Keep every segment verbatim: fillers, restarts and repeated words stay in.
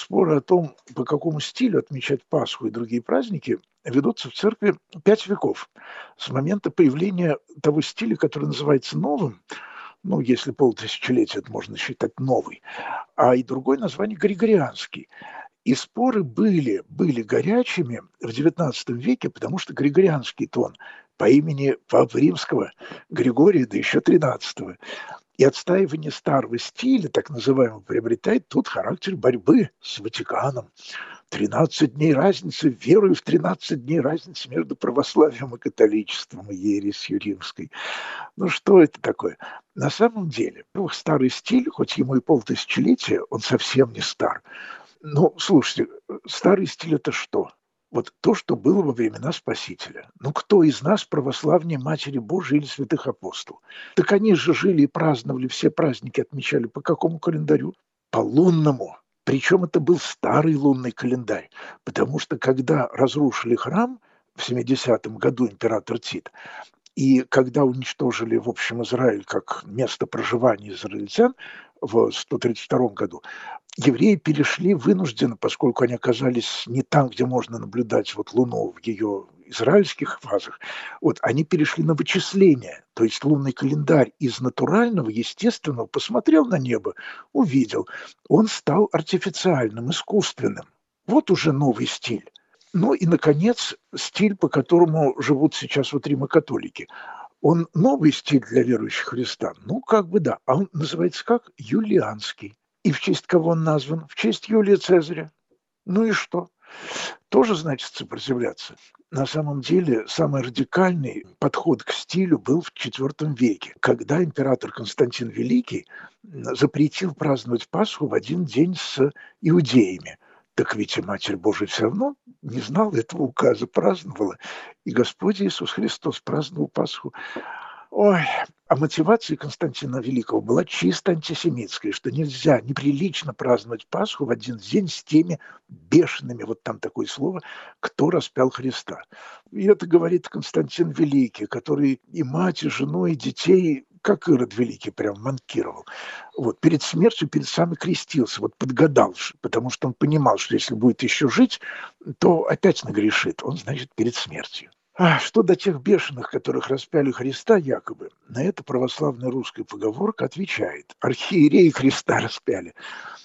Споры о том, по какому стилю отмечать Пасху и другие праздники, ведутся в церкви пять веков. С момента появления того стиля, который называется новым, ну, если полтысячелетия это можно считать новый, а и другое название григорианский. И споры были, были горячими в девятнадцатом веке, потому что григорианский тон по имени Папы Римского Григория, да еще тринадцатого. И отстаивание старого стиля, так называемого, приобретает тут характер борьбы с Ватиканом. Тринадцать дней разницы, верую в тринадцать дней разницы между православием и католичеством и ересью римской. Ну что это такое? На самом деле, ну, старый стиль, хоть ему и полтысячелетия, он совсем не стар. Ну, слушайте, старый стиль это что? Вот то, что было во времена Спасителя. Ну, кто из нас православнее Матери Божией или святых апостолов? Так они же жили и праздновали, все праздники отмечали по какому календарю? По лунному. Причем это был старый лунный календарь, потому что когда разрушили храм в семидесятом году император Тит, и когда уничтожили, в общем, Израиль как место проживания израильтян в сто тридцать втором году, евреи перешли вынужденно, поскольку они оказались не там, где можно наблюдать вот Луну в ее израильских фазах, вот, они перешли на вычисление, то есть лунный календарь из натурального, естественного, посмотрел на небо, увидел, он стал артифициальным, искусственным. Вот уже новый стиль. Ну и, наконец, стиль, по которому живут сейчас вот римокатолики. Он новый стиль для верующих в Христа? Ну, как бы да. А он называется как? Юлианский. И в честь кого он назван? В честь Юлия Цезаря. Ну и что? Тоже значит сопротивляться. На самом деле, самый радикальный подход к стилю был в четвёртом веке, когда император Константин Великий запретил праздновать Пасху в один день с иудеями. Так ведь и Матерь Божия все равно не знала этого указа, праздновала. И Господь Иисус Христос праздновал Пасху. Ой, а мотивация Константина Великого была чисто антисемитская, что нельзя, неприлично праздновать Пасху в один день с теми бешеными, вот там такое слово, кто распял Христа. И это говорит Константин Великий, который и мать, и жену, и детей, как Ирод Великий, прям манкировал. Вот, перед смертью, перед самым крестился, вот подгадал, потому что он понимал, что если будет еще жить, то опять нагрешит. Он, значит, перед смертью. А что до тех бешеных, которых распяли Христа якобы, на это православная русская поговорка отвечает. Архиереи Христа распяли.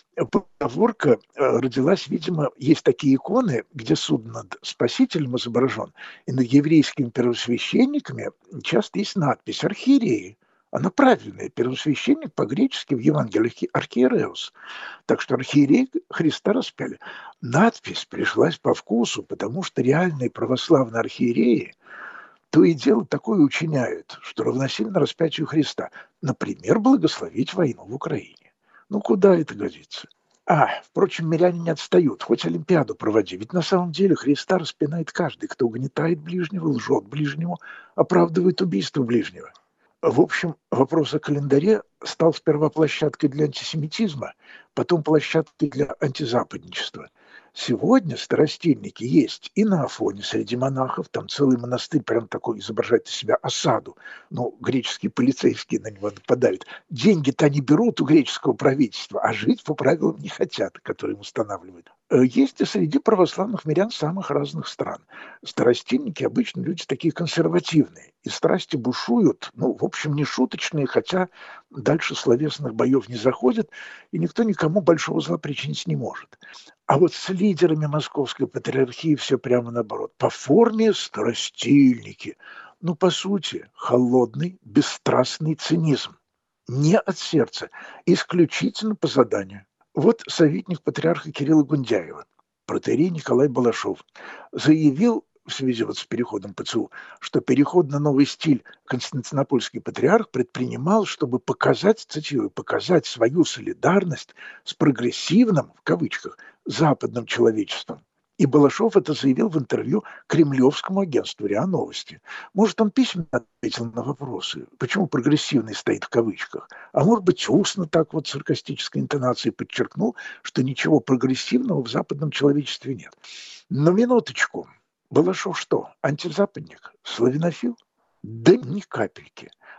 Поговорка родилась, видимо, есть такие иконы, где суд над Спасителем изображен, и над еврейскими первосвященниками часто есть надпись «Архиереи». Она правильная. Первосвященник по-гречески в Евангелии архиереус. Так что архиерей Христа распяли. Надпись пришлась по вкусу, потому что реальные православные архиереи то и дело такое учиняют, что равносильно распятию Христа. Например, благословить войну в Украине. Ну, куда это годится? А, впрочем, миряне не отстают, хоть Олимпиаду проводи. Ведь на самом деле Христа распинает каждый, кто угнетает ближнего, лжет ближнему, оправдывает убийство ближнего. В общем, вопрос о календаре стал сперва площадкой для антисемитизма, потом площадкой для антизападничества. Сегодня старостильники есть и на Афоне среди монахов, там целый монастырь прям такой изображает из себя осаду, ну, греческие полицейские на него нападают. Деньги-то они берут у греческого правительства, а жить по правилам не хотят, которые им устанавливают. Есть и среди православных мирян самых разных стран. Старостильники обычно люди такие консервативные, и страсти бушуют, ну, в общем, не шуточные, хотя дальше словесных боев не заходят, и никто никому большого зла причинить не может. А вот с лидерами Московской патриархии все прямо наоборот. По форме старостильники, ну, по сути, холодный, бесстрастный цинизм. Не от сердца, исключительно по заданию. Вот советник патриарха Кирилла Гундяева, протоиерей Николай Балашов, заявил в связи вот с переходом ПЦУ, что переход на новый стиль константинопольский патриарх предпринимал, чтобы показать, цитирую, показать свою солидарность с прогрессивным, в кавычках, западным человечеством. И Балашов это заявил в интервью кремлевскому агентству РИА Новости. Может, он письменно ответил на вопросы, почему прогрессивный стоит в кавычках, а может быть, устно так вот саркастической интонацией подчеркнул, что ничего прогрессивного в западном человечестве нет. Но минуточку. Балашов что, антизападник, славянофил? Да ни капельки.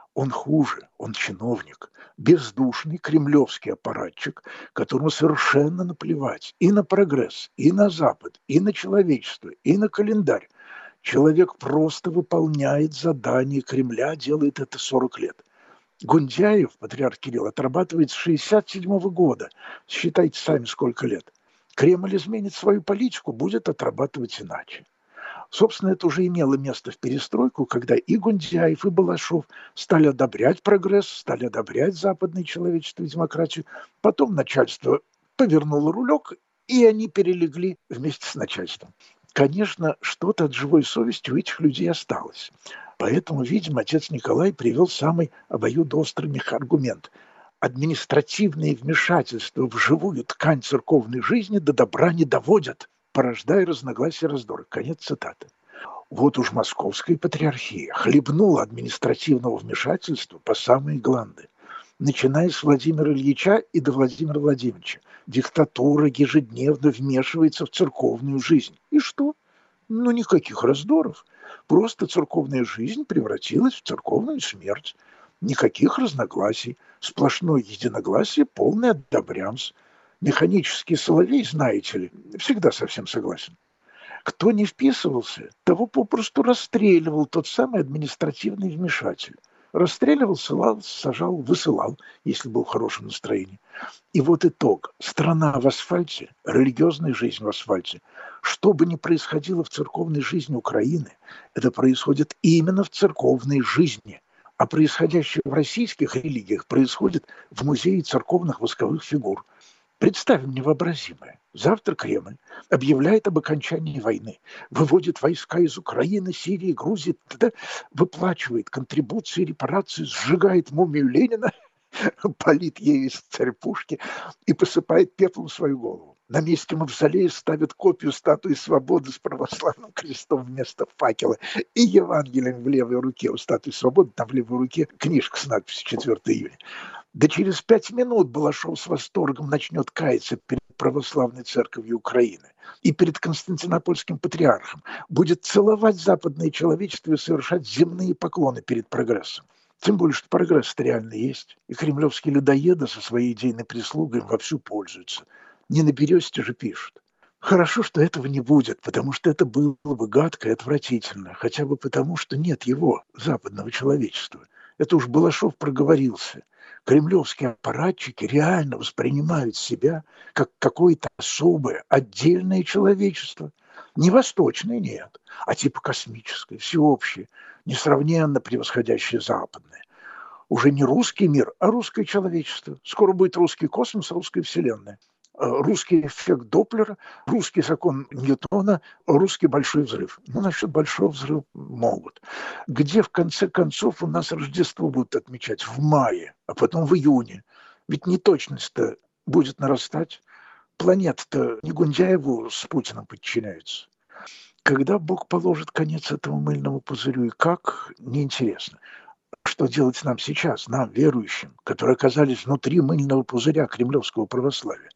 Он хуже, он чиновник, бездушный кремлевский аппаратчик, которому совершенно наплевать и на прогресс, и на Запад, и на человечество, и на календарь. Человек просто выполняет задание Кремля, делает это сорок лет. Гундяев, патриарх Кирилл, отрабатывает с шестьдесят седьмого года. Считайте сами, сколько лет. Кремль изменит свою политику, будет отрабатывать иначе. Собственно, это уже имело место в перестройку, когда и Гундяев, и Балашов стали одобрять прогресс, стали одобрять западное человечество и демократию. Потом начальство повернуло рулек, и они перелегли вместе с начальством. Конечно, что-то от живой совести у этих людей осталось. Поэтому, видимо, отец Николай привел самый обоюдоострый аргумент. Административные вмешательства в живую ткань церковной жизни до добра не доводят, порождая разногласия и раздоры. Конец цитаты. Вот уж московская патриархия хлебнула административного вмешательства по самые гланды. Начиная с Владимира Ильича и до Владимира Владимировича. Диктатура ежедневно вмешивается в церковную жизнь. И что? Ну, никаких раздоров. Просто церковная жизнь превратилась в церковную смерть. Никаких разногласий. Сплошное единогласие, полный одобрямс. Механический соловей, знаете ли, всегда совсем согласен. Кто не вписывался, того попросту расстреливал тот самый административный вмешатель. Расстреливал, ссылал, сажал, высылал, если был в хорошем настроении. И вот итог. Страна в асфальте, религиозная жизнь в асфальте. Что бы ни происходило в церковной жизни Украины, это происходит именно в церковной жизни. А происходящее в российских религиях происходит в музее церковных восковых фигур. Представим невообразимое. Завтра Кремль объявляет об окончании войны, выводит войска из Украины, Сирии, Грузии, тогда выплачивает контрибуции, репарации, сжигает мумию Ленина, палит ею из царь-пушки и посыпает пеплом свою голову. На месте мавзолея ставят копию статуи свободы с православным крестом вместо факела и Евангелием в левой руке. У статуи свободы там в левой руке книжка с надписью четвёртого июля. Да через пять минут Балашов с восторгом начнет каяться перед православной церковью Украины и перед Константинопольским патриархом, будет целовать западное человечество и совершать земные поклоны перед прогрессом. Тем более, что прогресс-то реально есть, и кремлевские людоеды со своей идейной прислугой им вовсю пользуются. Не на бересте же пишут. Хорошо, что этого не будет, потому что это было бы гадко и отвратительно, хотя бы потому, что нет его, западного человечества. Это уж Балашов проговорился. Кремлевские аппаратчики реально воспринимают себя как какое-то особое, отдельное человечество. Не восточное, нет, а типа космическое, всеобщее, несравненно превосходящее западное. Уже не русский мир, а русское человечество. Скоро будет русский космос, русская вселенная. Русский эффект Доплера, русский закон Ньютона, русский большой взрыв. Ну, насчет большого взрыва могут. Где, в конце концов, у нас Рождество будут отмечать? В мае, а потом в июне. Ведь неточность-то будет нарастать. Планета-то не Гундяеву с Путиным подчиняется. Когда Бог положит конец этому мыльному пузырю и как, неинтересно. Что делать нам сейчас, нам, верующим, которые оказались внутри мыльного пузыря кремлевского православия?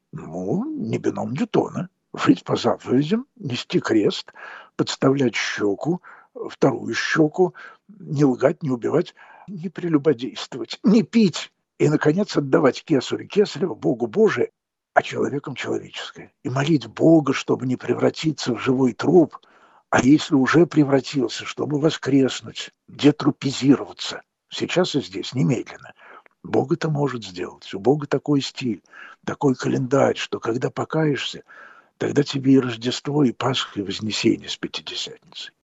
Ну, не бином Ньютона. Жить по заповедям, нести крест, подставлять щеку, вторую щеку, не лгать, не убивать, не прелюбодействовать, не пить и, наконец, отдавать кесарю кесарева, Богу Божие, а человеком человеческое. И молить Бога, чтобы не превратиться в живой труп, а если уже превратился, чтобы воскреснуть, детрупизироваться. Сейчас и здесь, немедленно. Бог это может сделать. У Бога такой стиль, такой календарь, что когда покаешься, тогда тебе и Рождество, и Пасха, и Вознесение с Пятидесятницей.